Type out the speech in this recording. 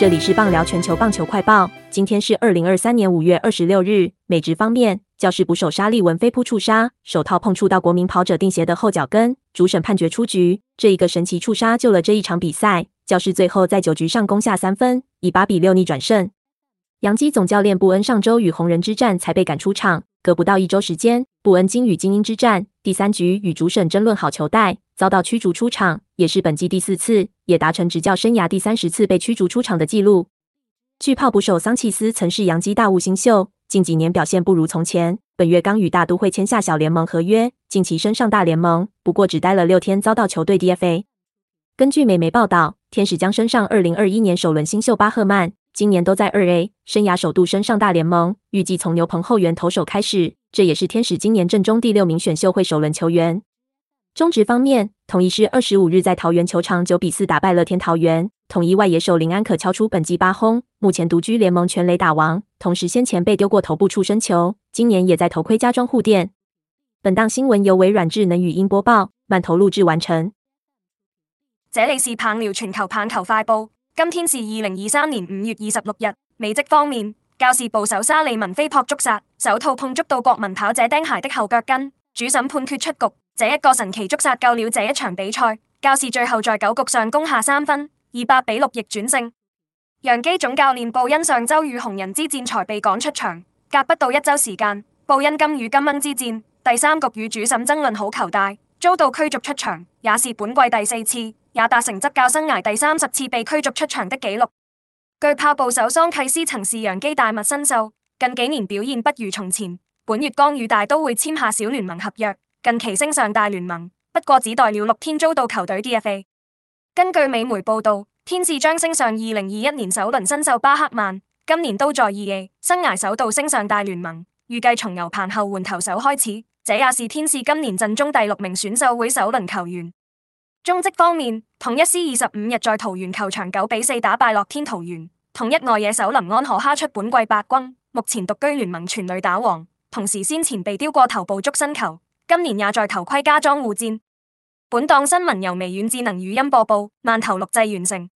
这里是棒聊全球棒球快报，今天是2023年5月26日。美职方面，教士捕手沙利文飞扑触杀，手套碰触到国民跑者定鞋的后脚跟，主审判决出局。这一个神奇触杀救了这一场比赛。教士最后在9局上攻下3分，以8-6逆转胜。洋基总教练布恩上周与红人之战才被赶出场，隔不到1周时间，布恩经与精英之战第3局与主审争论好球带，遭到驱逐出场，也是本季第4次，也达成执教生涯第30次被驱逐出场的纪录。巨炮捕手桑切斯曾是洋基大物新秀，近几年表现不如从前，本月刚与大都会签下小联盟合约，近期升上大联盟，不过只待了6天，遭到球队 DFA。根据美媒报道，天使将升上2021年首轮新秀巴赫曼，今年都在2A， 生涯首度升上大联盟，预计从牛棚后援投手开始，这也是天使今年阵中第6名选秀会首轮球员。中职方面，统一狮25日在桃园球场9-4打败乐天桃园，统一外野手林安可敲出本季8轰，目前独居联盟全垒打王，同时先前被丢过头部触身球，今年也在头盔加装护垫。本档新闻由微软智能语音播報，慢投錄製完成。 這裏是棒聊全球棒球快報，今天是2023年5月26日。美職方面，教士捕手沙利文飛撲觸殺，手套碰觸到國民跑者釘鞋的後腳跟，主審判決出局。這一個神奇觸殺救了這一場比賽，教士最後在9局上攻下3分，以8-6逆轉勝。洋基總教練布恩上周與紅人之戰才被趕出場，隔不到1周時間，布恩今與金鶯之戰第3局與主審爭論好球帶，遭到驅逐出場，也是本季第4次，也達成執教生涯第30次被驅逐出場的紀錄。巨炮捕手桑契斯曾是洋基大物新秀，近幾年表現不如從前，本月剛與大都會簽下小聯盟合約，近期升上大聯盟，不過只待了6天遭到球隊 DFA。根據美媒報道，天使將升上2021年首輪新秀巴克曼，今年都在2A，生涯首度升上大聯盟，預計從牛棚後援投手開始，這也是天使今年陣中第6名選秀會首輪球員。中職方面，統一獅25日在桃園球場9-4打敗樂天桃猿，統一外野手林安可敲出本季8轟，目前獨居聯盟全壘打王，同時先前被丟過頭部觸身球，今年也在頭盔加裝護墊。本檔新聞由微軟智能語音播報，慢投錄製完成。